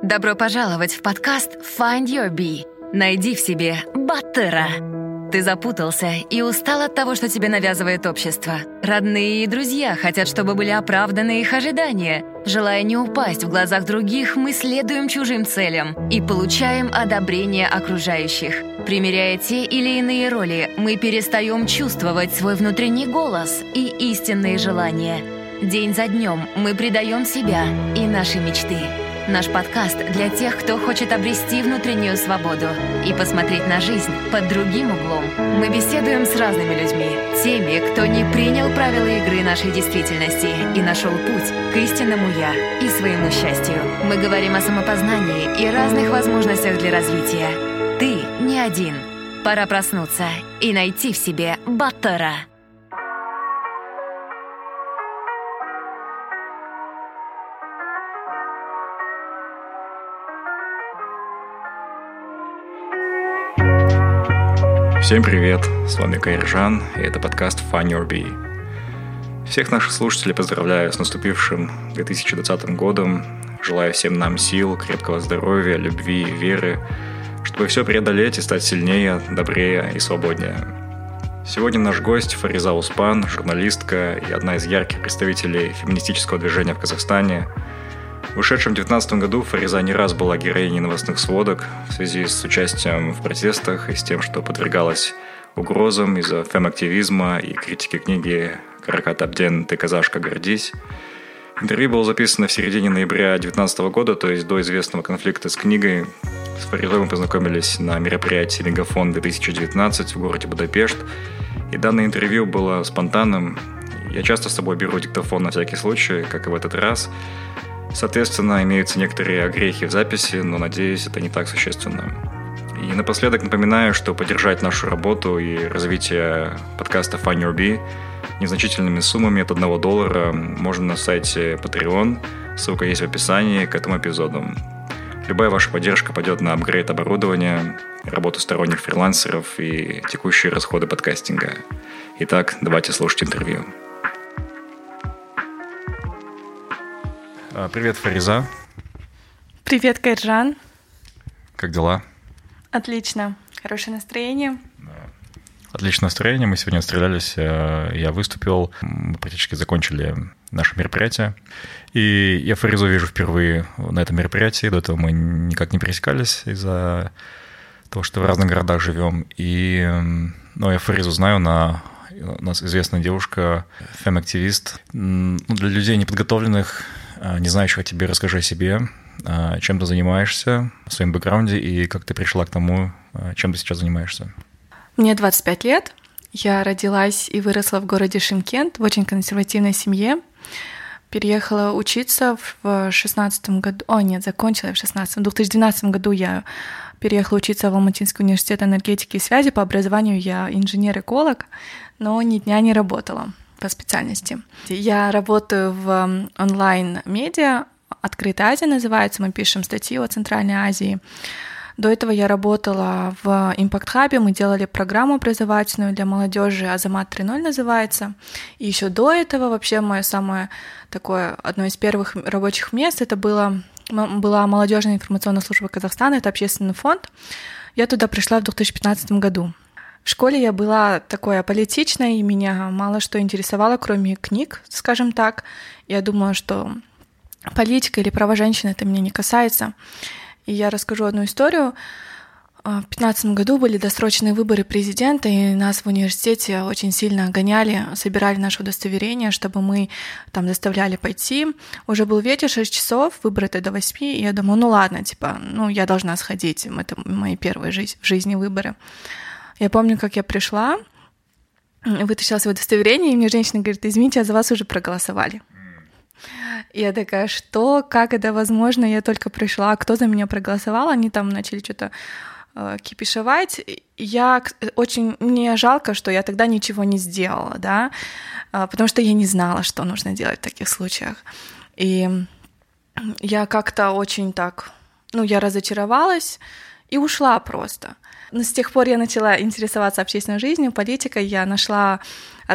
Добро пожаловать в подкаст Find Your Bee. Найди в себе Баттера. Ты запутался и устал от того, что тебе навязывает общество. Родные и друзья хотят, чтобы были оправданы их ожидания. Желая не упасть в глазах других, мы следуем чужим целям и получаем одобрение окружающих. Примеряя те или иные роли, мы перестаем чувствовать свой внутренний голос и истинные желания. День за днем мы предаем себя и наши мечты. Наш подкаст для тех, кто хочет обрести внутреннюю свободу и посмотреть на жизнь под другим углом. Мы беседуем с разными людьми, теми, кто не принял правила игры нашей действительности и нашел путь к истинному «я» и своему счастью. Мы говорим о самопознании и разных возможностях для развития. Ты не один. Пора проснуться и найти в себе Баттера. Всем привет, с вами Кайржан, и это подкаст Find Your Bee. Всех наших слушателей поздравляю с наступившим 2020 годом, желаю всем нам сил, крепкого здоровья, любви и веры, чтобы все преодолеть и стать сильнее, добрее и свободнее. Сегодня наш гость Фариза Успан, журналистка и одна из ярких представителей феминистического движения в Казахстане. В ушедшем 2019 году Фариза не раз была героиней новостных сводок в связи с участием в протестах и с тем, что подвергалась угрозам из-за фем-активизма и критики книги «Каракат Абден, ты казашка, гордись». Интервью было записано в середине ноября 2019 года, то есть до известного конфликта с книгой. С Фаризой мы познакомились на мероприятии «Мегафон 2019» в городе Будапешт, и данное интервью было спонтанным. Я часто с собой беру диктофон на всякий случай, как и в этот раз. Соответственно, имеются некоторые огрехи в записи, но, надеюсь, это не так существенно. И напоследок напоминаю, что поддержать нашу работу и развитие подкаста Find Your Bee незначительными суммами от $1 можно на сайте Patreon, ссылка есть в описании к этому эпизоду. Любая ваша поддержка пойдет на апгрейд оборудования, работу сторонних фрилансеров и текущие расходы подкастинга. Итак, давайте слушать интервью. Привет, Фариза. Привет, Кайржан. Как дела? Отлично. Хорошее настроение. Отличное настроение. Мы сегодня стрелялись, я выступил, мы практически закончили наше мероприятие. И я Фаризу вижу впервые на этом мероприятии. До этого мы никак не пересекались из-за того, что в разных городах живем. Я Фаризу знаю, у нас известная девушка, фем-активист. Для людей неподготовленных, не знающих о тебе, расскажи о себе, чем ты занимаешься, о своем бэкграунде и как ты пришла к тому, чем ты сейчас занимаешься. Мне 25 лет. Я родилась и выросла в городе Шымкент в очень консервативной семье. Переехала учиться в 16 году. Закончила в 16. В 2012 году я переехала учиться в Алматинский университет энергетики и связи. По образованию я инженер-эколог, но ни дня не работала по специальности. Я работаю в онлайн-медиа, «Открытая Азия» называется, мы пишем статьи о Центральной Азии. До этого я работала в Impact Hub, мы делали программу образовательную для молодежи, Азамат 3.0 называется. И еще до этого вообще мое самое такое, одно из первых рабочих мест, это была молодежная информационная служба Казахстана, это общественный фонд. Я туда пришла в 2015 году. В школе я была такой аполитичной, и меня мало что интересовало, кроме книг, скажем так. Я думала, что политика или права женщин это меня не касается. И я расскажу одну историю. В 2015 году были досрочные выборы президента, и нас в университете очень сильно гоняли, собирали наше удостоверение, чтобы мы там заставляли пойти. Уже был вечер, 6 часов, выборы-то до 8, и я думаю, ладно, я должна сходить, это мои первые в жизни выборы. Я помню, как я пришла, вытащила свое удостоверение, и мне женщина говорит: извините, а за вас уже проголосовали. И я такая: что? Как это возможно? Я только пришла, а кто за меня проголосовал? Они там начали что-то кипишевать. Мне жалко, что я тогда ничего не сделала, да, потому что я не знала, что нужно делать в таких случаях. И я как-то очень я разочаровалась и ушла просто. Но с тех пор я начала интересоваться общественной жизнью, политикой. Я нашла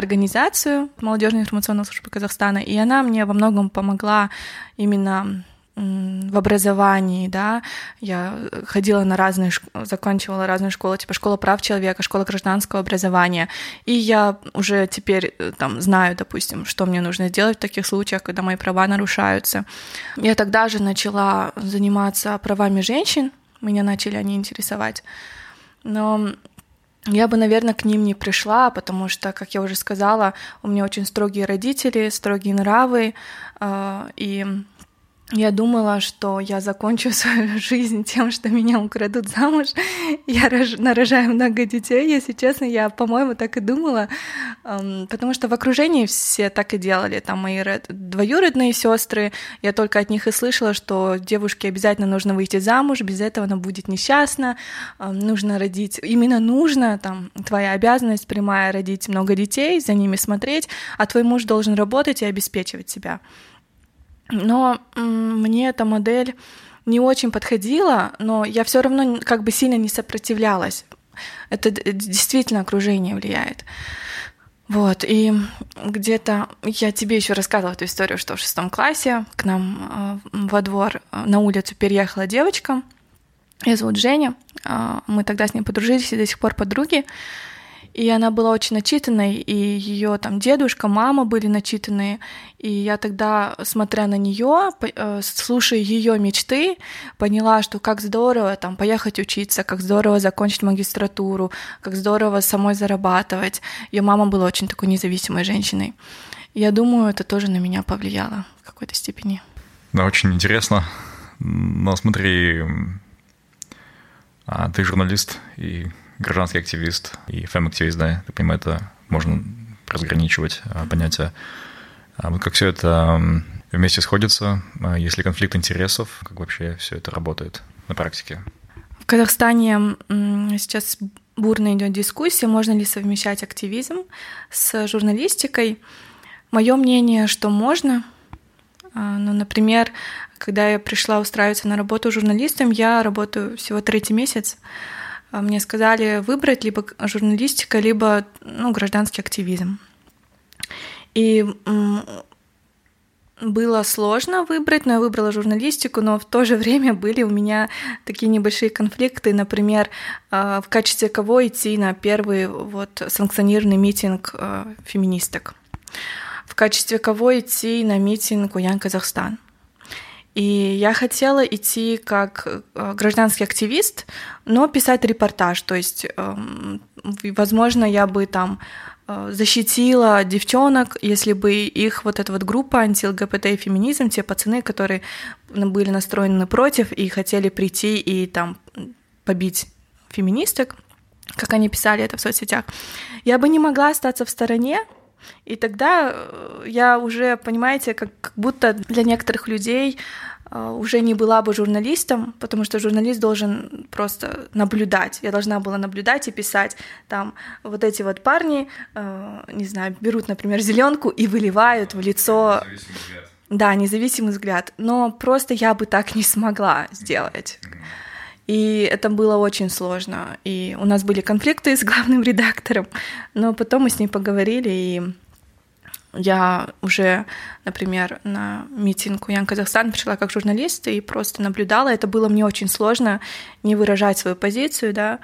организацию Молодежная информационная служба Казахстана, и она мне во многом помогла именно в образовании, да, я ходила на заканчивала разные школы, типа школа прав человека, школа гражданского образования, и я уже теперь там знаю, допустим, что мне нужно сделать в таких случаях, когда мои права нарушаются. Я тогда же начала заниматься правами женщин, меня начали они интересовать, но я бы, наверное, к ним не пришла, потому что, как я уже сказала, у меня очень строгие родители, строгие нравы, и я думала, что я закончу свою жизнь тем, что меня украдут замуж, я нарожаю много детей. Если честно, я, по-моему, так и думала, потому что в окружении все так и делали. Там мои двоюродные сестры, я только от них и слышала, что девушке обязательно нужно выйти замуж, без этого она будет несчастна, нужно родить, именно нужно, там, твоя обязанность прямая родить много детей, за ними смотреть, а твой муж должен работать и обеспечивать себя. Но мне эта модель не очень подходила, но я все равно как бы сильно не сопротивлялась. Это действительно окружение влияет. Вот, и где-то я тебе еще рассказывала эту историю, что в 6 классе к нам во двор на улицу переехала девочка, ее зовут Женя, мы тогда с ней подружились и до сих пор подруги. И она была очень начитанной, и ее там дедушка, мама были начитанные. И я тогда, смотря на нее, слушая ее мечты, поняла, что как здорово там поехать учиться, как здорово закончить магистратуру, как здорово самой зарабатывать. Ее мама была очень такой независимой женщиной. Я думаю, это тоже на меня повлияло в какой-то степени. Да, очень интересно. Но смотри, ты журналист и гражданский активист и фем-активист, да, я понимаю, это можно разграничивать понятия. Вот как все это вместе сходится, есть ли конфликт интересов, как вообще все это работает на практике? В Казахстане сейчас бурно идет дискуссия, можно ли совмещать активизм с журналистикой. Мое мнение, что можно. Ну, например, когда я пришла устраиваться на работу журналистом, я работаю всего 3-й месяц. Мне сказали выбрать либо журналистика, либо гражданский активизм. И было сложно выбрать, но я выбрала журналистику, но в то же время были у меня такие небольшие конфликты, например, в качестве кого идти на первый санкционированный митинг феминисток, в качестве кого идти на митинг «Уян Казахстан». И я хотела идти как гражданский активист, но писать репортаж. То есть, возможно, я бы там защитила девчонок, если бы их эта группа анти-ЛГБТ и феминизм, те пацаны, которые были настроены против и хотели прийти и там побить феминисток, как они писали это в соцсетях, я бы не могла остаться в стороне. И тогда я уже, понимаете, как будто для некоторых людей уже не была бы журналистом, потому что журналист должен просто наблюдать. Я должна была наблюдать и писать. Там эти парни, не знаю, берут, например, зеленку и выливают в лицо... Независимый взгляд. Да, независимый взгляд. Но просто я бы так не смогла сделать. И это было очень сложно. И у нас были конфликты с главным редактором, но потом мы с ней поговорили, и я уже, например, на митинг «Уян Казахстан» пришла как журналист и просто наблюдала. Это было мне очень сложно не выражать свою позицию, да.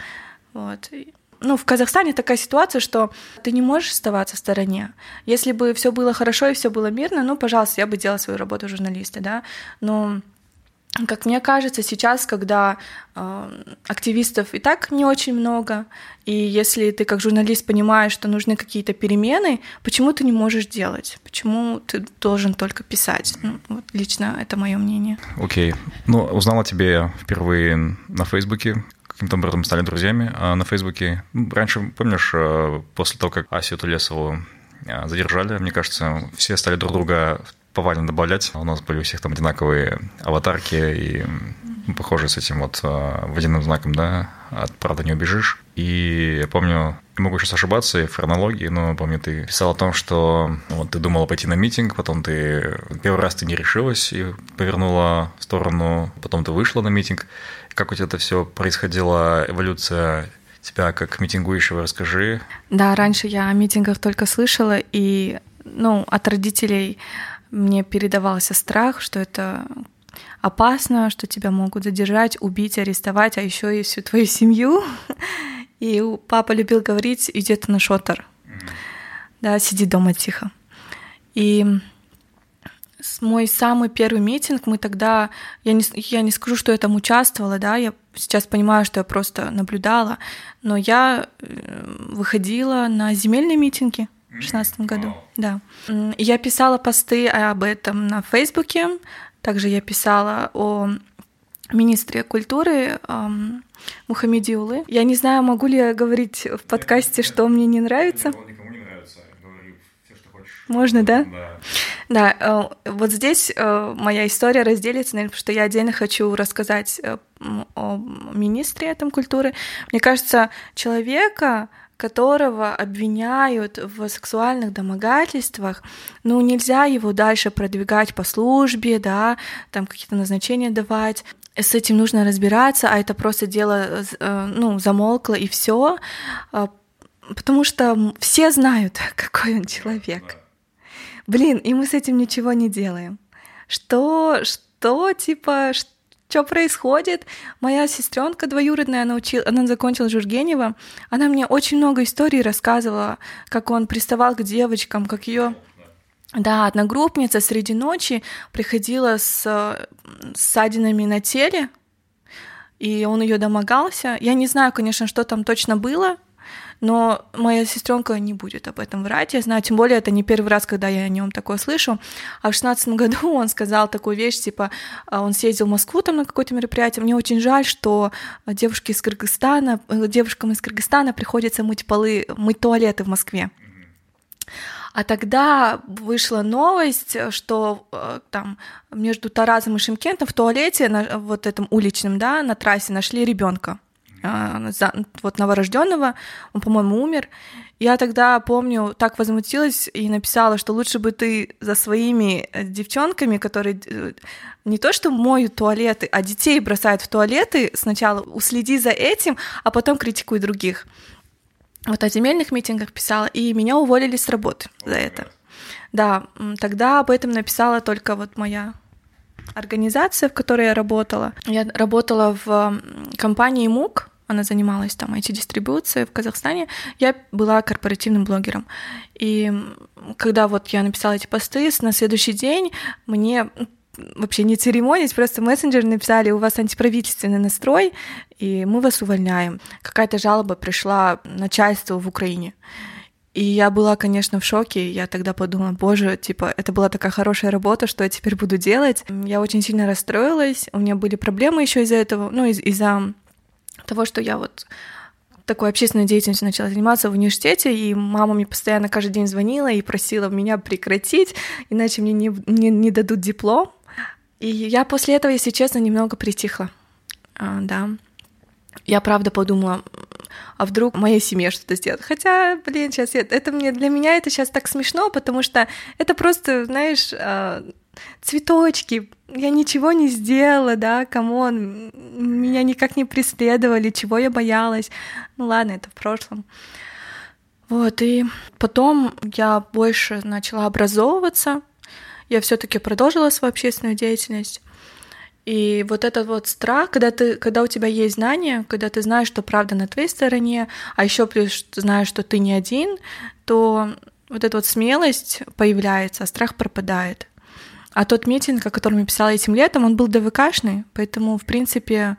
В Казахстане такая ситуация, что ты не можешь оставаться в стороне. Если бы все было хорошо и все было мирно, пожалуйста, я бы делала свою работу журналиста, да. Но как мне кажется, сейчас, когда активистов и так не очень много, и если ты как журналист понимаешь, что нужны какие-то перемены, почему ты не можешь делать? Почему ты должен только писать? Лично это мое мнение. Окей. Узнала тебя впервые на Фейсбуке. Каким-то образом стали друзьями на Фейсбуке. Раньше, помнишь, после того, как Асю Тулесову задержали, мне кажется, все стали друг друга повально добавлять. У нас были у всех там одинаковые аватарки и похожие с этим водяным знаком, да, от правды не убежишь. И я помню, могу сейчас ошибаться и в хронологии, но помню, ты писал о том, что ты думала пойти на митинг, потом первый раз ты не решилась и повернула в сторону, потом ты вышла на митинг. Как у тебя это все происходила, эволюция тебя как митингующего, расскажи. Да, раньше я о митингах только слышала, и от родителей мне передавался страх, что это опасно, что тебя могут задержать, убить, арестовать, а еще и всю твою семью. И папа любил говорить: иди ты на шотер, да, сиди дома тихо. И мой самый первый митинг, мы тогда, я не скажу, что я там участвовала, да, я сейчас понимаю, что я просто наблюдала, но я выходила на земельные митинги в 2016 году, да. Я писала посты об этом на Фейсбуке, также я писала о министре культуры Мухаммеде Улы. Я не знаю, могу ли я говорить в подкасте, что мне не нравится. Можно, да? Да, вот здесь моя история разделится, наверное, потому что я отдельно хочу рассказать о министре там культуры. Мне кажется, человека, которого обвиняют в сексуальных домогательствах, ну, нельзя его дальше продвигать по службе, да, там какие-то назначения давать. С этим нужно разбираться, а это просто дело, ну, замолкло и все, потому что все знают, какой он человек. Блин, и мы с этим ничего не делаем. Что происходит? Моя сестренка двоюродная, она закончила Жургенева, она мне очень много историй рассказывала, как он приставал к девочкам, как ее... Да, одногруппница среди ночи приходила с ссадинами на теле, и он ее домогался. Я не знаю, конечно, что там точно было, но моя сестренка не будет об этом врать, я знаю, тем более это не первый раз, когда я о нем такое слышу. А в 2016 году он сказал такую вещь, типа, он съездил в Москву там на какое-то мероприятие, мне очень жаль, что девушкам из Кыргызстана приходится мыть туалеты в Москве. А тогда вышла новость, что там между Таразом и Шымкентом в туалете, вот этом уличном, да, на трассе нашли ребенка. Вот новорожденного, он, по-моему, умер. Я тогда, помню, так возмутилась и написала, что лучше бы ты за своими девчонками, которые не то что моют туалеты, а детей бросают в туалеты, сначала уследи за этим, а потом критикуй других. Вот о земельных митингах писала, и меня уволили с работы за это. Да, тогда об этом написала только вот моя организация, в которой я работала. Я работала в компании МУК, она занималась там IT-дистрибуцией в Казахстане. Я была корпоративным блогером. И когда вот я написала эти посты, на следующий день мне вообще не церемонясь, просто мессенджеры написали: у вас антиправительственный настрой, и мы вас увольняем. Какая-то жалоба пришла начальству в Украине. И я была, конечно, в шоке. Я тогда подумала: боже, типа, это была такая хорошая работа, что я теперь буду делать? Я очень сильно расстроилась. У меня были проблемы еще из-за этого, ну, из-за того, что я вот такой общественной деятельностью начала заниматься в университете, и мама мне постоянно каждый день звонила и просила меня прекратить, иначе мне не дадут диплом. И я после этого, если честно, немного притихла. Да. Я правда подумала, а вдруг моей семье что-то сделать. Хотя, блин, сейчас для меня это сейчас так смешно, потому что это просто, знаешь, цветочки. Я ничего не сделала, да, камон, меня никак не преследовали, чего я боялась. Ну ладно, это в прошлом. Вот, и потом я больше начала образовываться, я все-таки продолжила свою общественную деятельность. И вот этот вот страх, когда у тебя есть знания, когда ты знаешь, что правда на твоей стороне, а еще плюс знаешь, что ты не один, то вот эта вот смелость появляется, а страх пропадает. А тот митинг, о котором я писала этим летом, он был ДВКшный, поэтому, в принципе,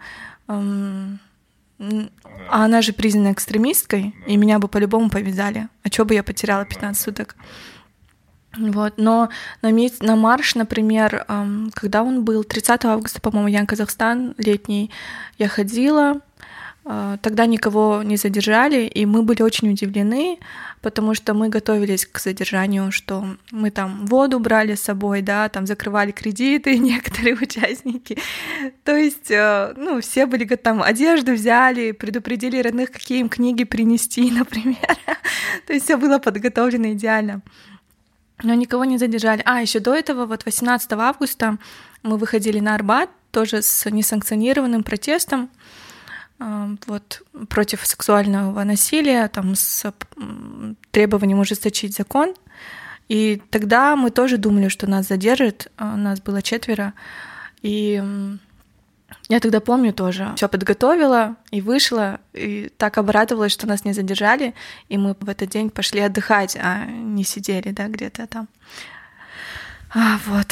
она же признана экстремисткой, и меня бы по-любому повязали. А чё бы я потеряла 15 суток? Вот. Но на марш, например, когда он был, 30 августа, по-моему, Ян Казахстан летний, я ходила, тогда никого не задержали, и мы были очень удивлены, потому что мы готовились к задержанию, что мы там воду брали с собой, да, там закрывали кредиты некоторые участники. То есть, ну, все были там, одежду взяли, предупредили родных, какие им книги принести, например. То есть все было подготовлено идеально. Но никого не задержали. Еще до этого, вот 18 августа мы выходили на Арбат, тоже с несанкционированным протестом, вот, против сексуального насилия, там, с требованием ужесточить закон. И тогда мы тоже думали, что нас задержат, нас было 4. И я тогда помню тоже, все подготовила и вышла, и так обрадовалась, что нас не задержали, и мы в этот день пошли отдыхать, а не сидели, да, где-то там. Вот.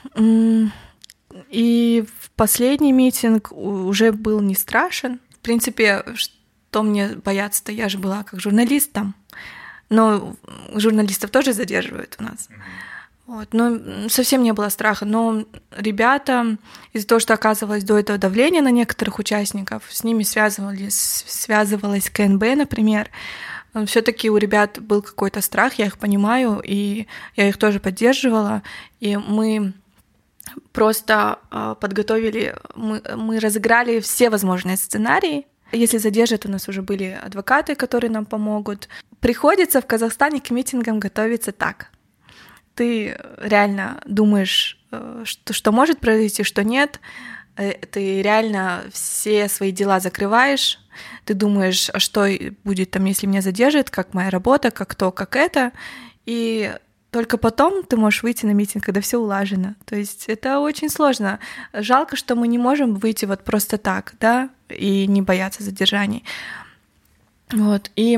И в последний митинг уже был не страшен. В принципе, что мне бояться-то? Я же была как журналист там, но журналистов тоже задерживают у нас. Вот. Но совсем не было страха. Но ребята, из-за того, что оказывалось до этого давление на некоторых участников, с ними связывалась КНБ, например. Все-таки у ребят был какой-то страх, я их понимаю, и я их тоже поддерживала. И мы просто подготовили, мы разыграли все возможные сценарии. Если задержат, у нас уже были адвокаты, которые нам помогут. Приходится в Казахстане к митингам готовиться так. Ты реально думаешь, что может произойти, что нет. Ты реально все свои дела закрываешь. Ты думаешь, а что будет там, если меня задержат, как моя работа, как то, как это. И только потом ты можешь выйти на митинг, когда все улажено. То есть это очень сложно. Жалко, что мы не можем выйти вот просто так, да, и не бояться задержаний. Вот. И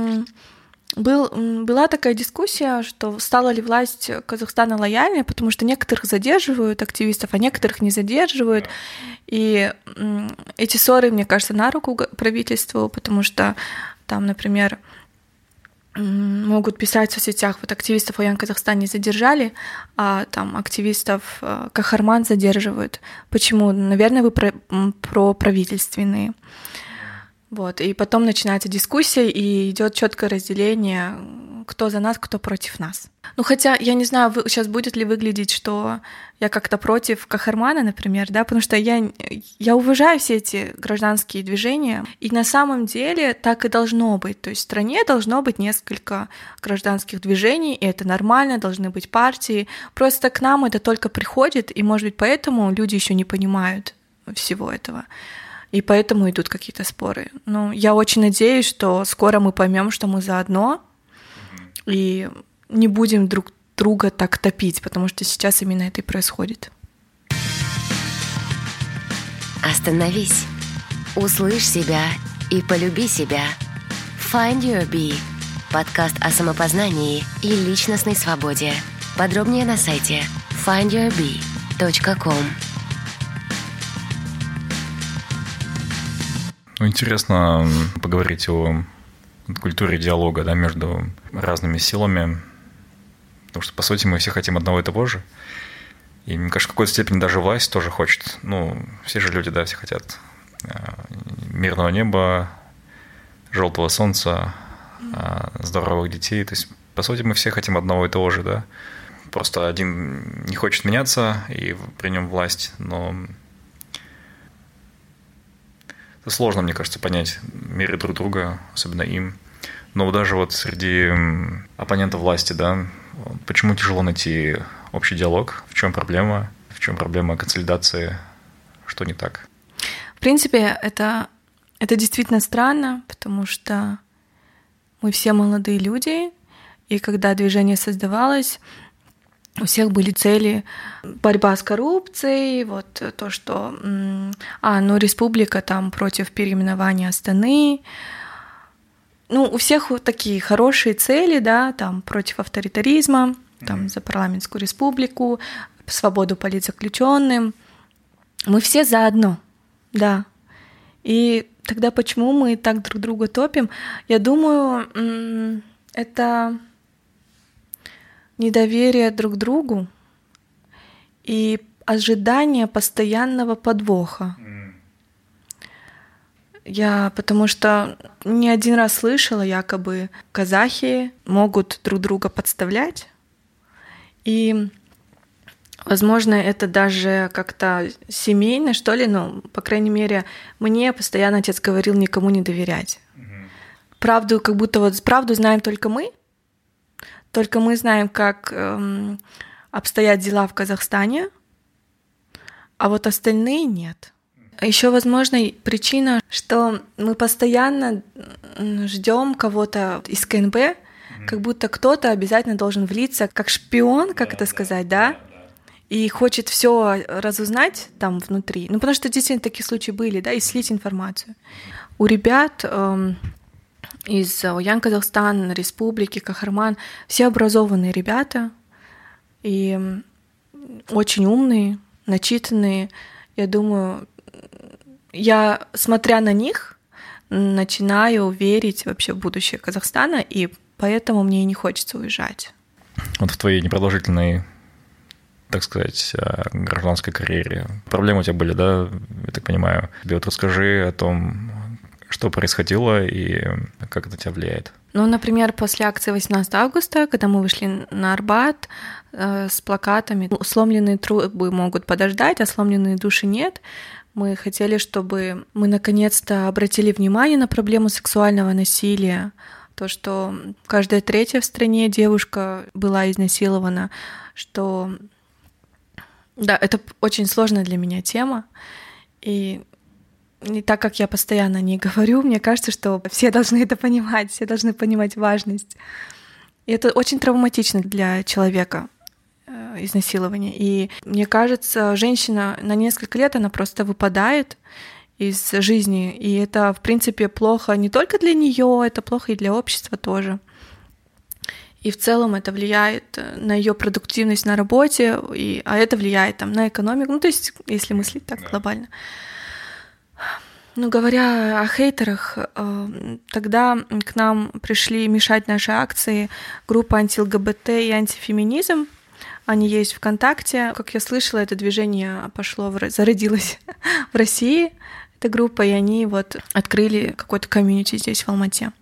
была такая дискуссия, что стала ли власть Казахстана лояльной, потому что некоторых задерживают активистов, а некоторых не задерживают. И эти ссоры, мне кажется, на руку правительству, потому что там, например, могут писать в соцсетях, вот активистов в Казахстане задержали, а там активистов Кахарман задерживают. Почему? Наверное, вы проправительственные. Вот. И потом начинается дискуссия, и идет четкое разделение, кто за нас, кто против нас. Ну, хотя, я не знаю, сейчас будет ли выглядеть, что я как-то против Кахармана, например, да, потому что я уважаю все эти гражданские движения, и на самом деле так и должно быть. То есть в стране должно быть несколько гражданских движений, и это нормально, должны быть партии. Просто к нам это только приходит, и, может быть, поэтому люди еще не понимают всего этого. И поэтому идут какие-то споры. Но я очень надеюсь, что скоро мы поймем, что мы заодно, и не будем друг друга так топить, потому что сейчас именно это и происходит. Остановись, услышь себя и полюби себя. Find Your Bee – подкаст о самопознании и личностной свободе. Подробнее на сайте findyourbee.com. Ну, интересно поговорить о культуре диалога, да, между разными силами, потому что, по сути, мы все хотим одного и того же. И, мне кажется, в какой-то степени даже власть тоже хочет. Ну, все же люди, да, все хотят мирного неба, желтого солнца, здоровых детей. То есть, по сути, мы все хотим одного и того же, да. Просто один не хочет меняться, и при нем власть, но это сложно, мне кажется, понять миры друг друга, особенно им. Но даже вот среди оппонентов власти, да, почему тяжело найти общий диалог? В чем проблема? В чем проблема консолидации? Что не так? В принципе, это действительно странно, потому что мы все молодые люди, и когда движение создавалось, у всех были цели борьба с коррупцией, вот то, что республика там против переименования Астаны. Ну, у всех вот такие хорошие цели, да, там против авторитаризма, там за парламентскую республику, свободу политзаключенным. Мы все заодно, да. И тогда почему мы так друг друга топим? Я думаю, это недоверие друг другу и ожидание постоянного подвоха. Потому что не один раз слышала, якобы казахи могут друг друга подставлять, и, возможно, это даже как-то семейно, что ли, но, по крайней мере, мне постоянно отец говорил никому не доверять. Правду, как будто вот правду знаем только мы знаем, как обстоят дела в Казахстане, а вот остальные нет. Еще, возможно, причина, что мы постоянно ждем кого-то из КНБ, как будто кто-то обязательно должен влиться как шпион, как это сказать, да? и хочет все разузнать там внутри. Ну, потому что действительно такие случаи были, да, и слить информацию. У ребят из Ян Казахстан, Республики, Кахарман, все образованные ребята и очень умные, начитанные. Я думаю, я, смотря на них, начинаю верить вообще в будущее Казахстана, и поэтому мне и не хочется уезжать. Вот в твоей непродолжительной, так сказать, гражданской карьере проблемы у тебя были, да, я так понимаю. Вот расскажи о том, что происходило и как это тебя влияет. Ну, например, после акции 18 августа, когда мы вышли на Арбат с плакатами «Сломленные трубы могут подождать, а сломленные души нет», мы хотели, чтобы мы наконец-то обратили внимание на проблему сексуального насилия, то, что каждая третья в стране девушка была изнасилована, что... Да, это очень сложная для меня тема, и так как я постоянно о ней говорю, мне кажется, что все должны это понимать, все должны понимать важность. И это очень травматично для человека, изнасилование. И мне кажется, женщина на несколько лет, она просто выпадает из жизни. И это, в принципе, плохо не только для нее, это плохо и для общества тоже. И в целом это влияет на ее продуктивность на работе, а это влияет там, на экономику. Ну, то есть, если мыслить так глобально. Ну, говоря о хейтерах, тогда к нам пришли мешать наши акции группа анти-ЛГБТ и антифеминизм. Они есть ВКонтакте. Как я слышала, это движение зародилось в России, эта группа, и они вот открыли какой-то комьюнити здесь, в Алмате.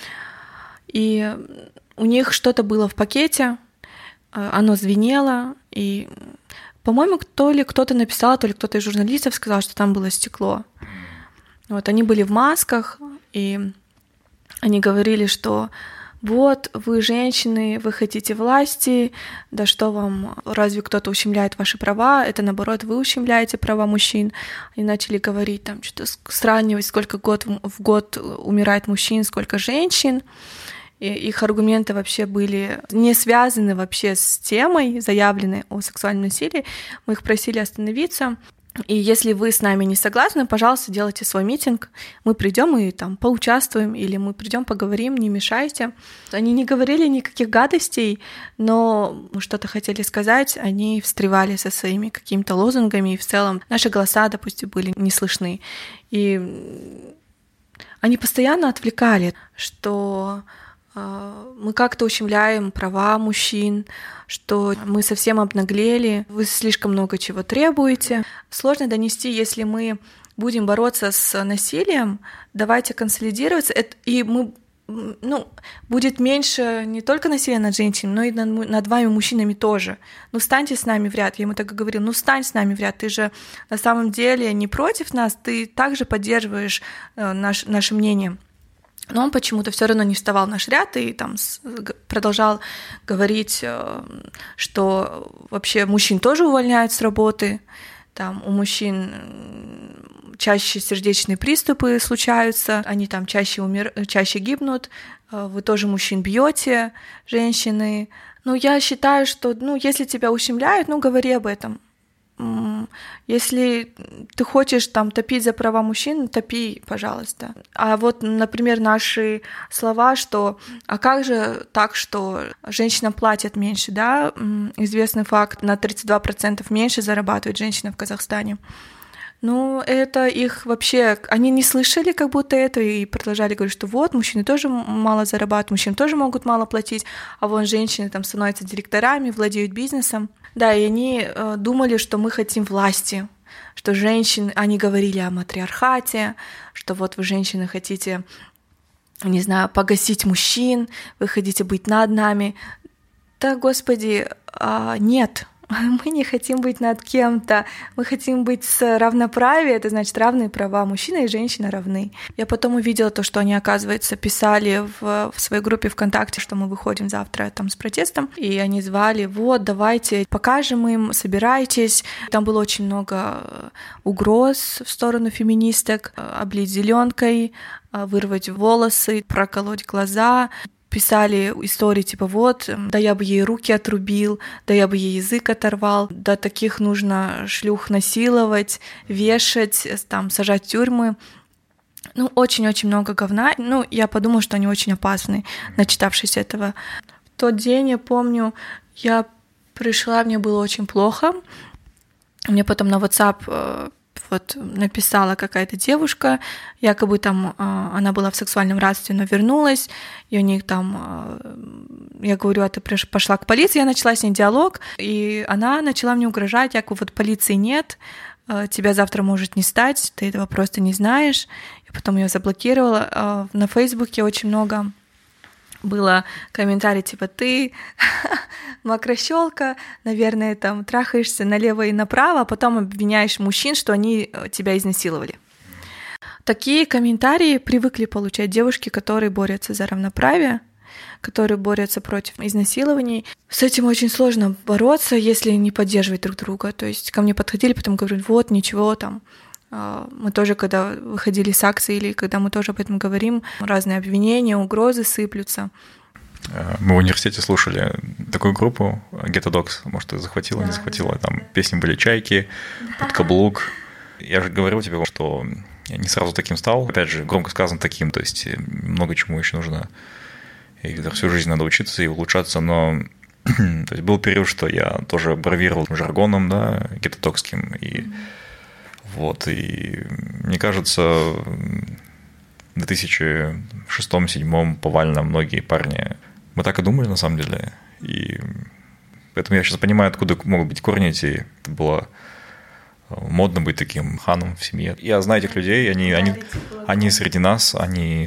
И у них что-то было в пакете, оно звенело, и, по-моему, то ли кто-то написал, то ли кто-то из журналистов сказал, что там было стекло. Вот, они были в масках, и они говорили, что вот, вы женщины, вы хотите власти, да что вам, разве кто-то ущемляет ваши права, это наоборот, вы ущемляете права мужчин. Они начали говорить, там, что-то сравнивать, сколько в год умирает мужчин, сколько женщин. И их аргументы вообще были не связаны вообще с темой, заявленной о сексуальном насилии. Мы их просили остановиться. И если вы с нами не согласны, пожалуйста, делайте свой митинг. Мы придем и там поучаствуем, или мы придем поговорим, не мешайте. Они не говорили никаких гадостей, но мы что-то хотели сказать, они встревали со своими какими-то лозунгами, и в целом наши голоса, допустим, были не слышны. И они постоянно отвлекали, что мы как-то ущемляем права мужчин, что мы совсем обнаглели, вы слишком много чего требуете. Сложно донести, если мы будем бороться с насилием, давайте консолидироваться, и мы, будет меньше не только насилия над женщинами, но и над вами, мужчинами тоже. Станьте с нами в ряд. Я ему так и говорила, стань с нами в ряд. Ты же на самом деле не против нас, ты также поддерживаешь наше мнение. Но он почему-то все равно не вставал в наш ряд и там продолжал говорить, что вообще мужчин тоже увольняют с работы, там у мужчин чаще сердечные приступы случаются, они там чаще гибнут, вы тоже мужчин бьете, женщины. Я считаю, что если тебя ущемляют, говори об этом. Если ты хочешь там топить за права мужчин, топи, пожалуйста. А вот, например, наши слова, что «а как же так, что женщинам платят меньше?» Да? Известный факт, на 32% меньше зарабатывает женщина в Казахстане. Это их вообще... Они не слышали как будто это и продолжали говорить, что вот, мужчины тоже мало зарабатывают, мужчины тоже могут мало платить, а вон женщины там становятся директорами, владеют бизнесом. Да, и они думали, что мы хотим власти, что женщины... Они говорили о матриархате, что вот вы, женщины, хотите, не знаю, погасить мужчин, вы хотите быть над нами. Да, Господи, нет. Мы не хотим быть над кем-то, мы хотим быть с равноправием, это значит равные права, мужчина и женщина равны. Я потом увидела то, что они, оказывается, писали в своей группе ВКонтакте, что мы выходим завтра там с протестом, и они звали, вот, давайте покажем им, собирайтесь. Там было очень много угроз в сторону феминисток, облить зеленкой, вырвать волосы, проколоть глаза. писали истории типа вот, да я бы ей руки отрубил, да я бы ей язык оторвал, да таких нужно шлюх насиловать, вешать, там, сажать в тюрьмы. Ну, очень-очень много говна. Ну, я подумала, что они очень опасны, начитавшись этого. В тот день, я помню, я пришла, мне было очень плохо. Мне потом на WhatsApp вот написала какая-то девушка, якобы там она была в сексуальном рабстве, но вернулась, и у них там, я говорю, а ты пошла к полиции, я начала с ней диалог, и она начала мне угрожать, якобы вот полиции нет, тебя завтра может не стать, ты этого просто не знаешь. И потом ее заблокировала. На Фейсбуке очень много было комментариев типа ты мокрощёлка, наверное, там трахаешься налево и направо, а потом обвиняешь мужчин, что они тебя изнасиловали. Такие комментарии привыкли получать девушки, которые борются за равноправие, которые борются против изнасилований. С этим очень сложно бороться, если не поддерживать друг друга. То есть ко мне подходили, потом говорили, вот, ничего там. Мы тоже, когда выходили с акции или когда мы тоже об этом говорим, разные обвинения, угрозы сыплются. Мы в университете слушали такую группу Ghetto Dogs, может, ты захватила, не захватила, там песни были «Чайки», «Под каблук». Я же говорил тебе, что я не сразу таким стал, опять же, громко сказано таким, то есть много чему еще нужно, и всю жизнь надо учиться и улучшаться, но то есть был период, что я тоже бравировал жаргоном, да, геттодогским, и вот, и мне кажется, в 2006-2007 повально многие парни, мы так и думали на самом деле, и поэтому я сейчас понимаю, откуда могут быть корни эти, это было модно быть таким ханом в семье. Я знаю этих людей, они среди нас, они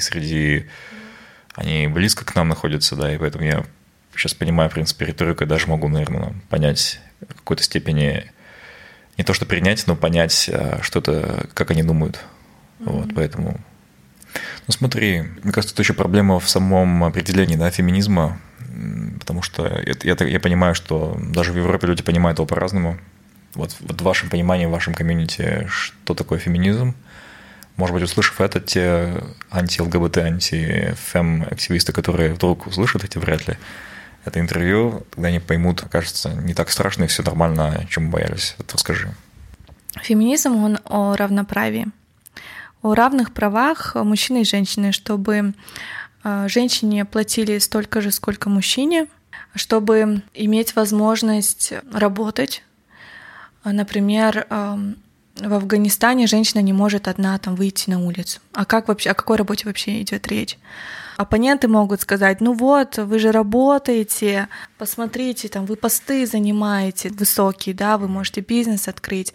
близко к нам находятся, да, и поэтому я сейчас понимаю, в принципе, риторику, и даже могу, наверное, понять в какой-то степени, не то что принять, но понять, что это, как они думают. Вот, поэтому... Ну, смотри, мне кажется, это еще проблема в самом определении, да, феминизма, потому что я понимаю, что даже в Европе люди понимают его по-разному. Вот в вашем понимании, в вашем комьюнити, что такое феминизм? Может быть, услышав это, те анти-ЛГБТ, анти-фем-активисты, которые вдруг услышат эти вряд ли это интервью, тогда они поймут, кажется, не так страшно и все нормально, о чем мы боялись. Вот расскажи. Феминизм, он о равноправии, о равных правах мужчины и женщины, чтобы женщине платили столько же, сколько мужчине, чтобы иметь возможность работать. Например, в Афганистане женщина не может одна там выйти на улицу. А как вообще, о какой работе вообще идет речь? Оппоненты могут сказать, ну вот, вы же работаете, посмотрите, там вы посты занимаете высокие, да, вы можете бизнес открыть.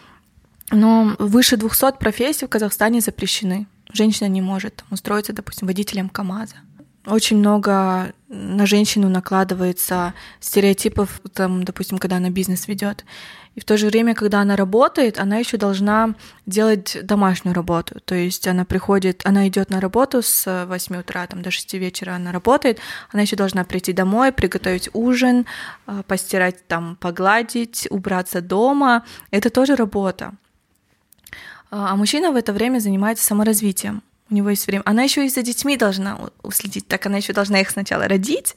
Но выше 200 профессий в Казахстане запрещены. Женщина не может там устроиться, допустим, водителем КАМАЗа. Очень много на женщину накладывается стереотипов, там, допустим, когда она бизнес ведет. И в то же время, когда она работает, она еще должна делать домашнюю работу. То есть она идет на работу с 8 утра там, до 6 вечера она работает, она еще должна прийти домой, приготовить ужин, постирать, там, погладить, убраться дома. Это тоже работа. А мужчина в это время занимается саморазвитием. У него есть время. Она еще и за детьми должна уследить, так она еще должна их сначала родить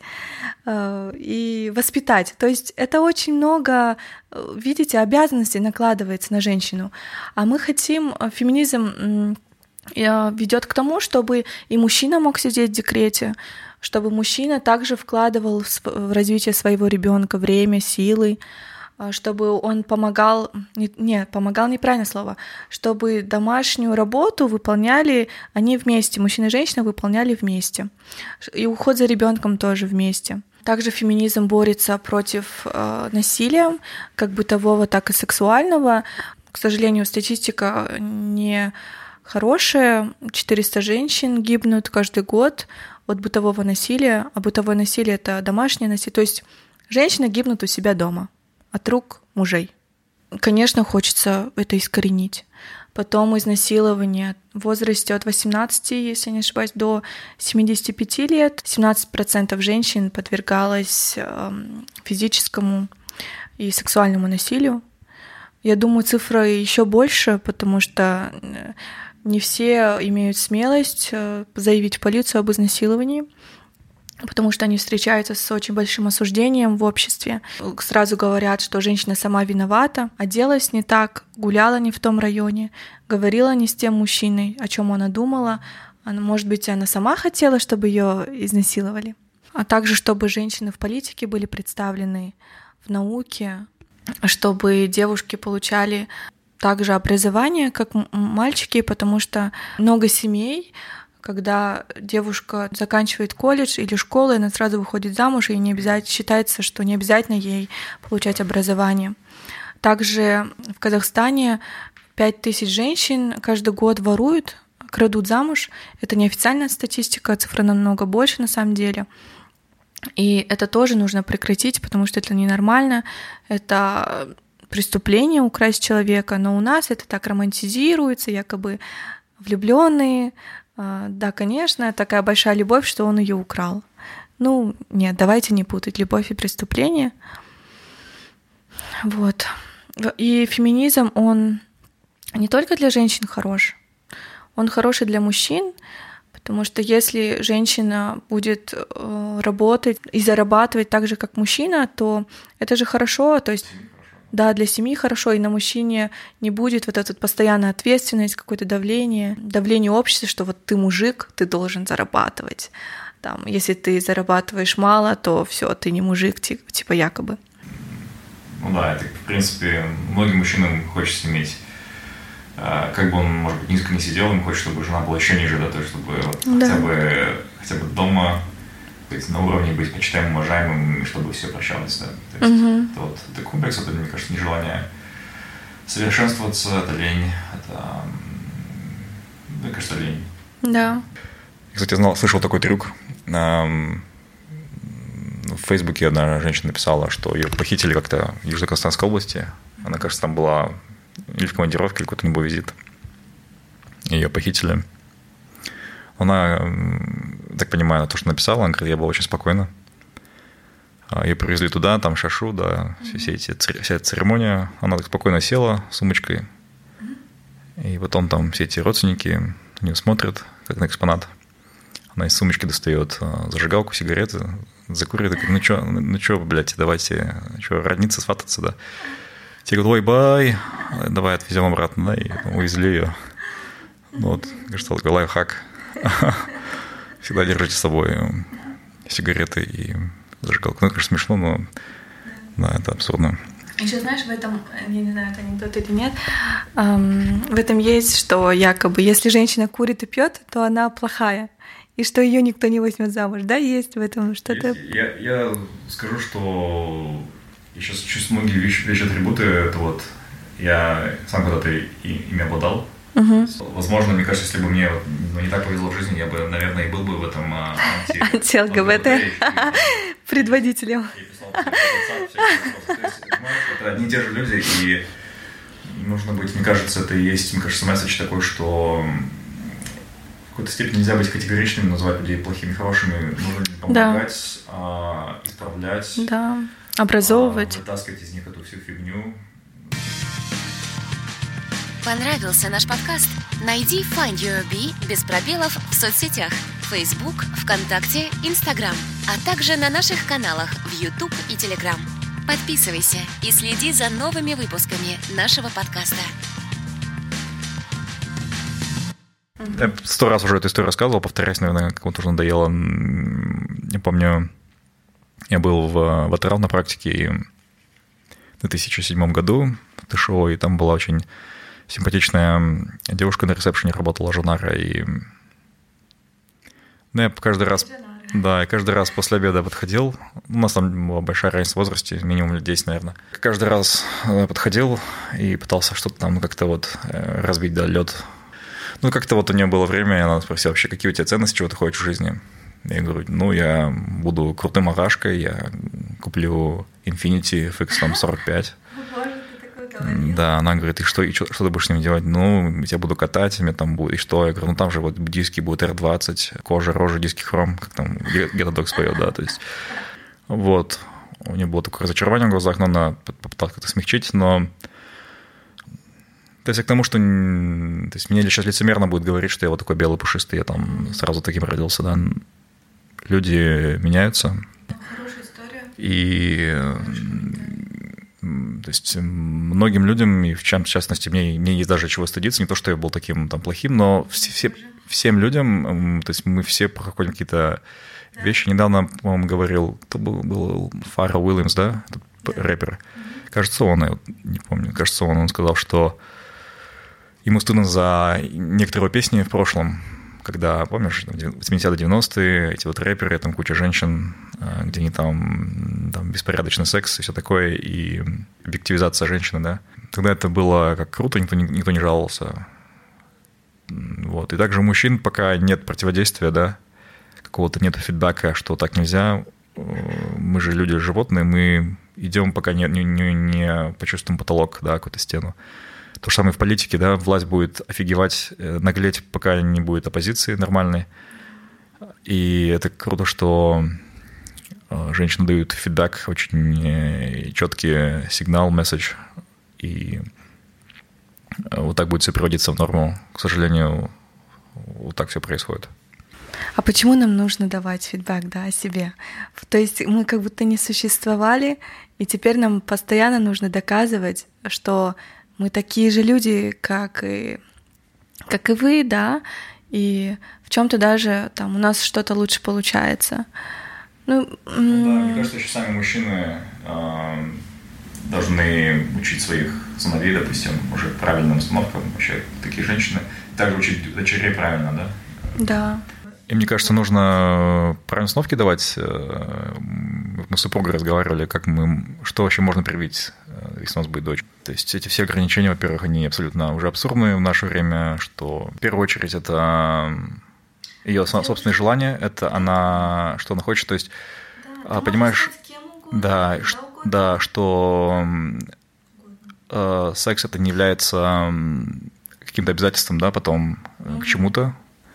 и воспитать. То есть это очень много, видите, обязанностей накладывается на женщину. А мы хотим, феминизм ведет к тому, чтобы и мужчина мог сидеть в декрете, чтобы мужчина также вкладывал в развитие своего ребенка время, силы, чтобы он помогал, помогал неправильное слово, чтобы домашнюю работу выполняли они вместе, мужчина и женщина выполняли вместе. И уход за ребенком тоже вместе. Также феминизм борется против насилия, как бытового, так и сексуального. К сожалению, статистика не хорошая. 400 женщин гибнут каждый год от бытового насилия. А бытовое насилие — это домашнее насилие. То есть женщины гибнут у себя дома от рук мужей. Конечно, хочется это искоренить. Потом изнасилование в возрасте от 18, если не ошибаюсь, до 75 лет. 17% женщин подвергалось физическому и сексуальному насилию. Я думаю, цифра еще больше, потому что не все имеют смелость заявить в полицию об изнасиловании. потому что они встречаются с очень большим осуждением в обществе. Сразу говорят, что женщина сама виновата, оделась не так, гуляла не в том районе, говорила не с тем мужчиной, о чем она думала. Может быть, она сама хотела, чтобы ее изнасиловали. А также, чтобы женщины в политике были представлены, в науке, чтобы девушки получали также образование, как мальчики, потому что много семей, когда девушка заканчивает колледж или школу, она сразу выходит замуж, и не обязательно, считается, что не обязательно ей получать образование. Также в Казахстане 5000 женщин каждый год воруют, крадут замуж. Это неофициальная статистика, цифра намного больше на самом деле. И это тоже нужно прекратить, потому что это ненормально, это преступление украсть человека, но у нас это так романтизируется, якобы влюбленные. Да, конечно, такая большая любовь, что он ее украл. Ну, нет, давайте не путать любовь и преступление. Вот. И феминизм, он не только для женщин хорош, он хороший для мужчин, потому что если женщина будет работать и зарабатывать так же, как мужчина, то это же хорошо, то есть да, для семьи хорошо, и на мужчине не будет вот эта постоянная ответственность, какое-то давление общества, что вот ты мужик, ты должен зарабатывать. Там, если ты зарабатываешь мало, то все, ты не мужик, типа якобы. Ну да, это, в принципе, многим мужчинам хочется иметь, как бы он, может быть, низко не сидел, им хочется, чтобы жена была еще ниже, да, то есть, чтобы вот хотя бы дома, то есть, на уровне быть почитаемым, уважаемым, чтобы все прощалось, да. То есть, это вот это комплекс, это, мне кажется, нежелание совершенствоваться, это лень, это, мне кажется, лень. Да. Кстати, я слышал такой трюк. В Фейсбуке одна женщина написала, что ее похитили как-то в Южно-Казахстанской области. Она, кажется, там была или в командировке, или какой-то небо визит. Ее похитили. Она, так понимаю, то, что написала, она говорит, я была очень спокойна. Ее привезли туда, там шашу, да, вся эта церемония. Она так спокойно села с сумочкой. И потом там все эти родственники на нее смотрят, как на экспонат. Она из сумочки достает зажигалку, сигареты, закуривает, и говорит, ну чё, блядь, давайте, родниться, свататься, да. Те говорят, ой, бай, давай отвезем обратно, да, и увезли ее. Вот, кажется, такой лайфхак. Всегда держите с собой сигареты и зажигалку. Ну, это, конечно, смешно, но да, это абсурдно. Еще знаешь, в этом, я не знаю, это анекдот или нет, в этом есть, что якобы, если женщина курит и пьет, то она плохая, и что ее никто не возьмет замуж, да, есть в этом что-то. Я скажу, что я сейчас чувствую многие вещи, атрибуты, это вот я сам когда-то ими обладал. Возможно, мне кажется, если бы мне не так повезло в жизни, я бы, наверное, и был бы в этом анти-ЛГБТ предводителем. Это одни и те же люди, и нужно быть, мне кажется, это и есть, месседж такой, что в какой-то степени нельзя быть категоричными, называть людей плохими, хорошими, нужно помогать, исправлять, да, образовывать, вытаскивать из них эту всю фигню. Понравился наш подкаст? Найди Find Your Bee без пробелов в соцсетях Facebook, ВКонтакте, Instagram, а также на наших каналах в YouTube и Telegram. Подписывайся и следи за новыми выпусками нашего подкаста. Я 100 раз уже эту историю рассказывал, повторяюсь, наверное, кому-то уже надоело. Я помню, я был в АТРАЛ на практике в 2007 году в ТШО, и там была очень симпатичная девушка на ресепшене, работала Жанара, и я каждый раз после обеда подходил, у нас там была большая разница в возрасте, минимум лет 10, наверное. Каждый раз подходил и пытался что-то там как-то вот разбить, да, лед. Ну, как-то вот у нее было время, и она спросила вообще, какие у тебя ценности, чего ты хочешь в жизни? Я говорю, я буду крутым агашкой, я куплю Infiniti FX 45. Да, она говорит, и что ты будешь с ним делать? Я тебя буду катать, мне там будет, и что? Я говорю, там же вот диски будут R20, кожа, рожа, диски хром, как там Гетто Догс поет, да, то есть вот. У нее было такое разочарование в глазах, но она попыталась как-то смягчить, но то есть к тому, что то есть мне сейчас лицемерно будет говорить, что я вот такой белый пушистый, я там сразу таким родился, да, люди меняются. Хорошая история. И то есть многим людям, и в частности мне есть даже чего стыдиться, не то, что я был таким там плохим, но всем людям, то есть мы все проходим какие-то вещи. Недавно, по-моему, говорил, кто был Фаррелл Уильямс, да, этот рэпер. Кажется, он, я не помню, кажется, он сказал, что ему стыдно за некоторые песни в прошлом, когда, помнишь, 80-е, 90-е, эти вот рэперы, там куча женщин, где они там беспорядочный секс и все такое, и объективизация женщины, да. Тогда это было как круто, никто не жаловался. Вот. И также у мужчин пока нет противодействия, да, какого-то нет фидбэка, что так нельзя. Мы же люди, животные, мы идем, пока не почувствуем потолок, да, какую-то стену. То же самое в политике, да, власть будет офигевать, наглеть, пока не будет оппозиции нормальной. И это круто, что женщины дают фидбэк, очень четкий сигнал, месседж, и вот так будет все приводиться в норму. К сожалению, вот так все происходит. А почему нам нужно давать фидбэк, да, о себе? То есть мы как будто не существовали, и теперь нам постоянно нужно доказывать, что мы такие же люди, как и вы, да, и в чем-то даже там у нас что-то лучше получается. Да, мне кажется, еще сами мужчины должны учить своих сыновей, допустим, уже правильным установкам, вообще такие женщины, также учить дочерей правильно, да? Да. И мне кажется, нужно правильные установки давать. Мы с супругой разговаривали, что вообще можно привить, если у нас будет дочь. То есть эти все ограничения, во-первых, они абсолютно уже абсурдные в наше время, что в первую очередь это ее собственные желания, это она, что она хочет, то есть, да, понимаешь, да, что секс это не является каким-то обязательством, да, потом к чему-то,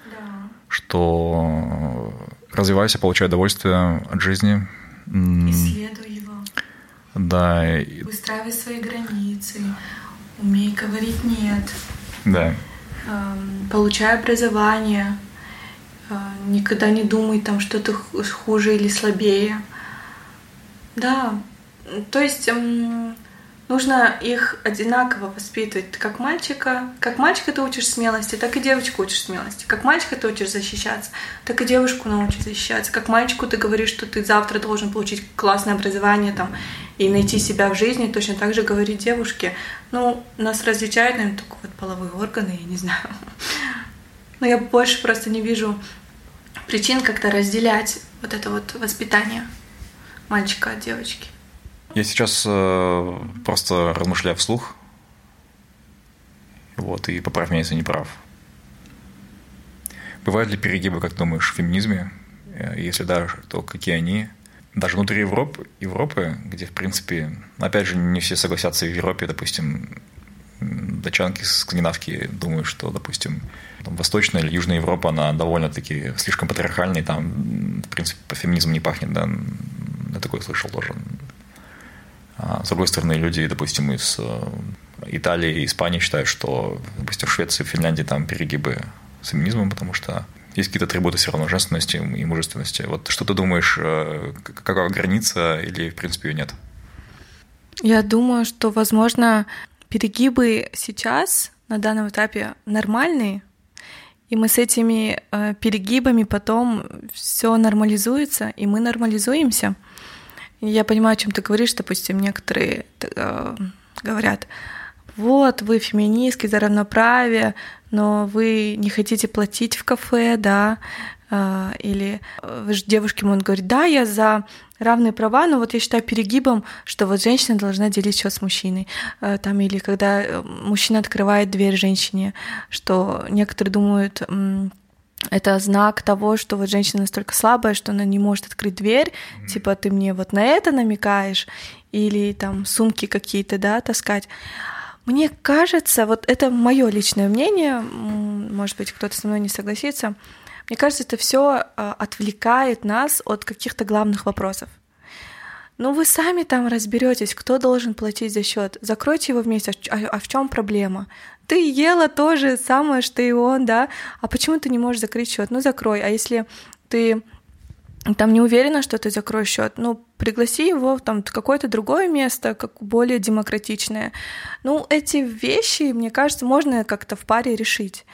что развивайся, получай удовольствие от жизни. Исследуй его. Да. Выстраивай свои границы, умей говорить «нет». Да. Получай образование, никогда не думай, там, что ты хуже или слабее. Да, то есть нужно их одинаково воспитывать, как мальчика ты учишь смелости, так и девочку учишь смелости. Как мальчика ты учишь защищаться, так и девушку научишь защищаться. Как мальчику ты говоришь, что ты завтра должен получить классное образование там, и найти себя в жизни, точно так же говорить девушке. Ну, нас различают, наверное, только вот половые органы, я не знаю. Но я больше просто не вижу причин как-то разделять вот это вот воспитание мальчика от девочки. Я сейчас просто размышляю вслух, вот, и поправь меня, если не прав. Бывают ли перегибы, как ты думаешь, в феминизме? Если да, то какие они? Даже внутри Европы, где, в принципе, опять же, не все согласятся в Европе, допустим, датчанки, скандинавки думают, что, допустим, Восточная или Южная Европа, она довольно-таки слишком патриархальная, и там, в принципе, по феминизму не пахнет, да? Я такое слышал тоже. С другой стороны, люди, допустим, из Италии и Испании считают, что, допустим, в Швеции, в Финляндии там перегибы с феминизмом, потому что есть какие-то атрибуты все равно женственности и мужественности. Вот что ты думаешь, какая граница или, в принципе, ее нет? Я думаю, что, возможно, перегибы сейчас на данном этапе нормальные, и мы с этими перегибами потом все нормализуется, и мы нормализуемся. Я понимаю, о чем ты говоришь. Допустим, некоторые говорят: вот, вы феминистки за равноправие, но вы не хотите платить в кафе, да, или девушки могут говорить: да, я за равные права, но вот я считаю перегибом, что вот женщина должна делить все с мужчиной. Там, или когда мужчина открывает дверь женщине, что некоторые думают, это знак того, что вот женщина настолько слабая, что она не может открыть дверь, типа ты мне вот на это намекаешь, или там сумки какие-то, да, таскать. Мне кажется, вот это мое личное мнение, может быть, кто-то со мной не согласится, мне кажется, это все отвлекает нас от каких-то главных вопросов. Ну, вы сами там разберетесь, кто должен платить за счет. Закройте его вместе. А в чем проблема? Ты ела то же самое, что и он, да? А почему ты не можешь закрыть счет? Ну, закрой. А если ты там не уверена, что ты закроешь счет. Ну, пригласи его там, в какое-то другое место, как более демократичное. Ну, эти вещи, мне кажется, можно как-то в паре решить.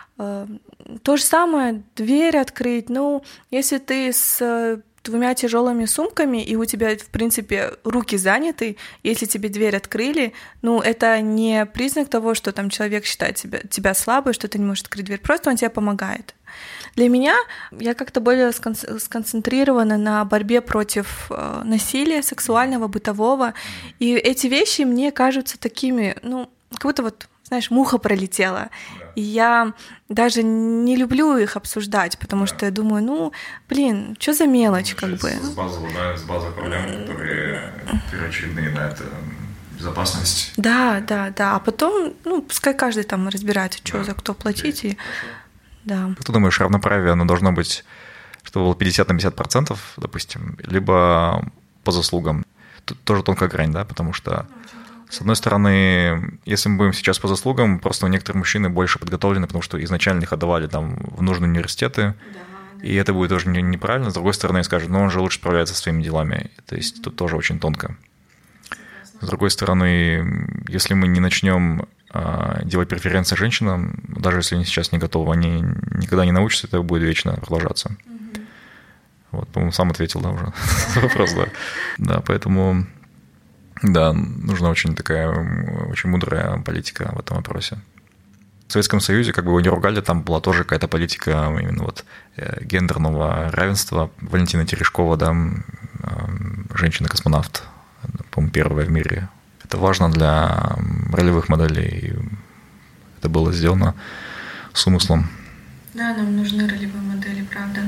То же самое, дверь открыть. Ну, если ты с 2 тяжелыми сумками, и у тебя, в принципе, руки заняты, если тебе дверь открыли, ну, это не признак того, что там человек считает тебя слабой, что ты не можешь открыть дверь, просто он тебе помогает. Для меня я как-то более сконцентрирована на борьбе против насилия сексуального, бытового, и эти вещи мне кажутся такими, ну, как будто вот, знаешь, муха пролетела. И я даже не люблю их обсуждать, потому что я думаю, ну, блин, что за мелочь, как бы. С базовых проблем, которые первоочередные, да, это безопасность. Да. А потом, ну, пускай каждый там разбирается, что за кто платить. И... Да. Как ты думаешь, равноправие, оно должно быть, чтобы было 50 на 50%, допустим, либо по заслугам? Тут тоже тонкая грань, да, потому что с одной стороны, если мы будем сейчас по заслугам, просто некоторые мужчины больше подготовлены, потому что изначально их отдавали там в нужные университеты, и это будет тоже неправильно. С другой стороны, скажут, ну он же лучше справляется со своими делами. То есть тут тоже очень тонко. С другой стороны, если мы не начнем делать преференции женщинам, даже если они сейчас не готовы, они никогда не научатся, это будет вечно продолжаться. Вот, по-моему, сам ответил, да, уже на вопрос, да. Да, поэтому... Да, нужна очень мудрая политика в этом вопросе. В Советском Союзе, как бы его не ругали, там была тоже какая-то политика именно вот гендерного равенства. Валентина Терешкова, да, женщина-космонавт, по-моему, первая в мире. Это важно для ролевых моделей. Это было сделано с умыслом. Да, нам нужны ролевые модели, правда.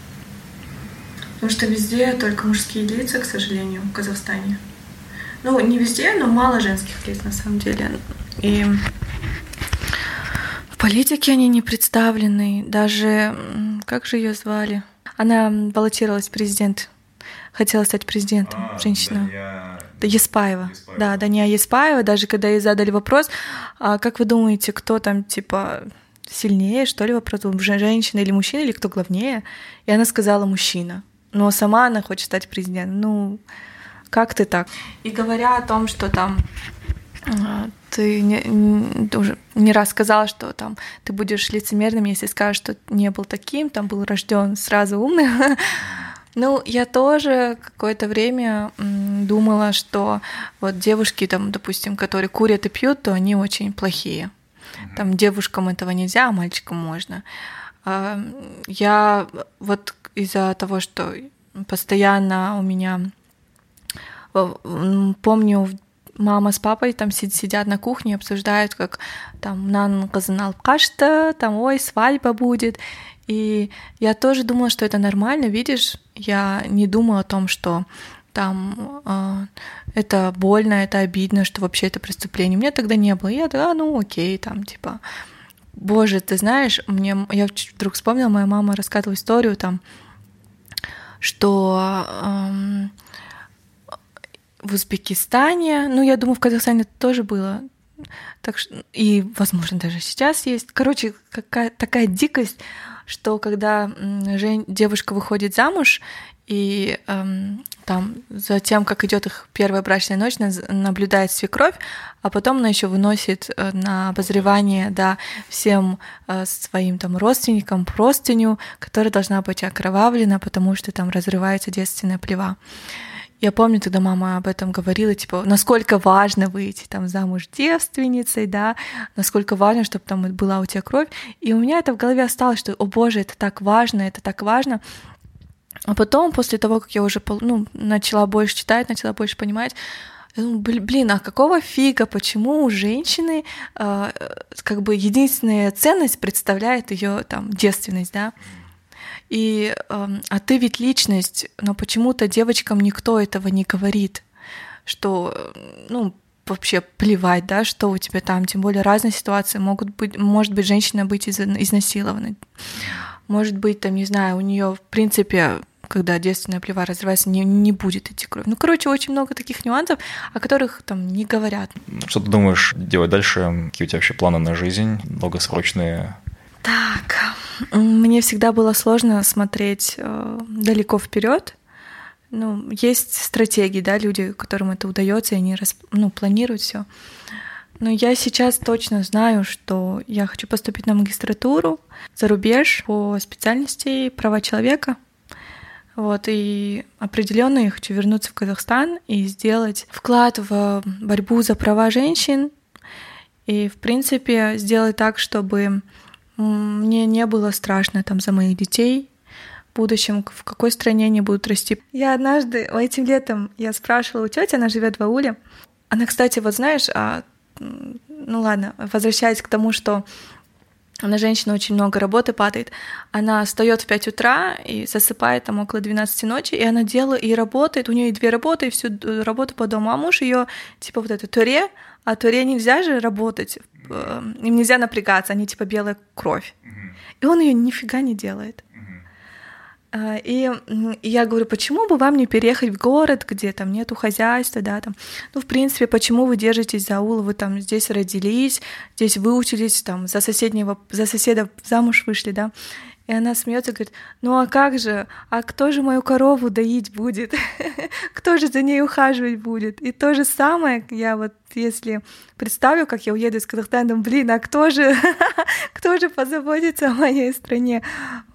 Потому что везде только мужские лица, к сожалению, в Казахстане. Ну, не везде, но мало женских лиц, на самом деле. И в политике они не представлены. Даже, как же ее звали? Она баллотировалась в президент. Хотела стать президентом, женщина. Еспаева. Да, Дания Еспаева. Даже когда ей задали вопрос, как вы думаете, кто там, типа, сильнее, что ли, вопрос, женщина или мужчина, или кто главнее? И она сказала мужчина. Но сама она хочет стать президентом. Ну... Как ты так? И говоря о том, что там ты уже не раз сказала, что там ты будешь лицемерным, если скажешь, что не был таким, там был рожден сразу умным. Ну, я тоже какое-то время думала, что вот девушки, там, допустим, которые курят и пьют, то они очень плохие. Там девушкам этого нельзя, а мальчикам можно. Я вот из-за того, что постоянно у меня... Помню, мама с папой там сидят на кухне, обсуждают, как там нан кызын алып кашты, там ой, свадьба будет. И я тоже думала, что это нормально, видишь, я не думала о том, что там это больно, это обидно, что вообще это преступление. У меня тогда не было. Я такая, ну окей, там типа, боже, ты знаешь, я вдруг вспомнила, моя мама рассказывала историю там, что в Узбекистане, ну, я думаю, в Казахстане это тоже было, так что, и, возможно, даже сейчас есть. Короче, такая дикость, что когда девушка выходит замуж, и там за тем, как идет их первая брачная ночь, наблюдает свекровь, а потом она еще выносит на обозревание, да, всем своим там родственникам простыню, которая должна быть окровавлена, потому что там разрывается девственная плева. Я помню, тогда мама об этом говорила, типа, насколько важно выйти там замуж девственницей, да, насколько важно, чтобы там была у тебя кровь. И у меня это в голове осталось, что, о боже, это так важно, это так важно. А потом, после того, как я уже начала больше читать, начала больше понимать, я думаю, блин, а какого фига, почему у женщины как бы единственная ценность представляет ее там девственность, да? И, а ты ведь личность, но почему-то девочкам никто этого не говорит, что, ну, вообще плевать, да, что у тебя там, тем более разные ситуации может быть женщина быть изнасилована, может быть, там, не знаю, у нее в принципе, когда девственная плева разрывается, не будет идти кровь. Ну, короче, очень много таких нюансов, о которых там не говорят. Что ты думаешь делать дальше? Какие у тебя вообще планы на жизнь, долгосрочные? Так, мне всегда было сложно смотреть далеко вперед. Есть стратегии, да, люди, которым это удается, и они планируют все. Но я сейчас точно знаю, что я хочу поступить на магистратуру за рубеж по специальности права человека. И определенно я хочу вернуться в Казахстан и сделать вклад в борьбу за права женщин. И, в принципе, сделать так, чтобы мне не было страшно там за моих детей в будущем, в какой стране они будут расти. Я однажды, этим летом, я спрашивала у тети, она живет в ауле. Она, кстати, знаешь, возвращаясь к тому, что на женщину очень много работы падает. Она встает в 5 утра и засыпает там около 12 ночи, и она делает, и работает, у нее и 2 работы, и всю работу по дому, а муж ее туре, а туре нельзя же работать, им нельзя напрягаться, они белая кровь. И он ее нифига не делает. И я говорю, почему бы вам не переехать в город, где там нету хозяйства, да, там, в принципе, почему вы держитесь за аул, вы там здесь родились, здесь выучились, там, за соседа замуж вышли, да. И она смеется, говорит, а как же, а кто же мою корову доить будет? Кто же за ней ухаживать будет? И то же самое, я если представлю, как я уеду из Казахстана, а кто же позаботится о моей стране?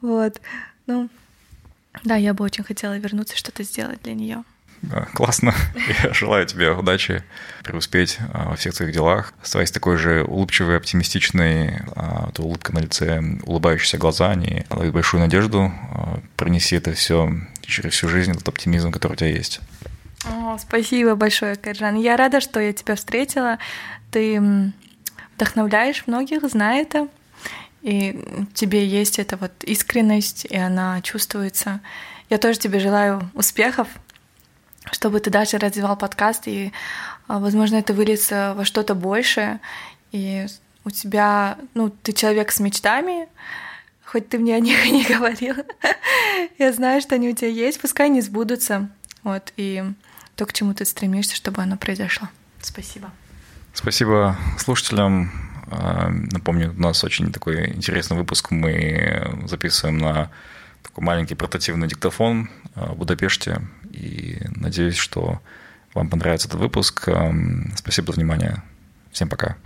Да, я бы очень хотела вернуться, что-то сделать для нее. Да, классно. Я желаю тебе удачи, преуспеть во всех своих делах. Оставайся такой же улыбчивой, оптимистичной, улыбка на лице, улыбающиеся глаза, они дают большую надежду. Пронеси это все через всю жизнь, этот оптимизм, который у тебя есть. Спасибо большое, Кайржан. Я рада, что я тебя встретила. Ты вдохновляешь многих, знаю это. И в тебе есть эта искренность, и она чувствуется. Я тоже тебе желаю успехов, чтобы ты дальше развивал подкаст, и, возможно, это выльется во что-то большее. И у тебя, ты человек с мечтами, хоть ты мне о них и не говорила. Я знаю, что они у тебя есть, пускай они сбудутся. И то, к чему ты стремишься, чтобы оно произошло. Спасибо. Спасибо слушателям. Напомню, у нас очень такой интересный выпуск. Мы записываем на такой маленький портативный диктофон в Будапеште. И надеюсь, что вам понравится этот выпуск. Спасибо за внимание. Всем пока.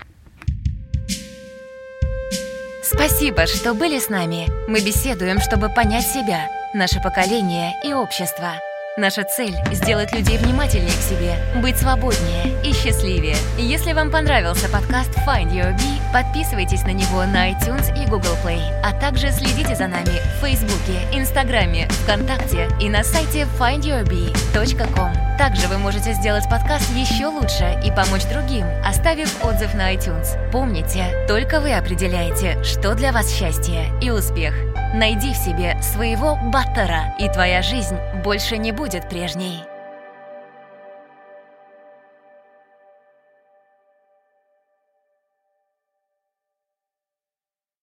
Спасибо, что были с нами. Мы беседуем, чтобы понять себя, наше поколение и общество. Наша цель – сделать людей внимательнее к себе, быть свободнее и счастливее. Если вам понравился подкаст Find Your Bee, подписывайтесь на него на iTunes и Google Play, а также следите за нами в Фейсбуке, Инстаграме, ВКонтакте и на сайте findyourbee.com. Также вы можете сделать подкаст еще лучше и помочь другим, оставив отзыв на iTunes. Помните, только вы определяете, что для вас счастье и успех. Найди в себе своего баттера, и твоя жизнь больше не будет прежней.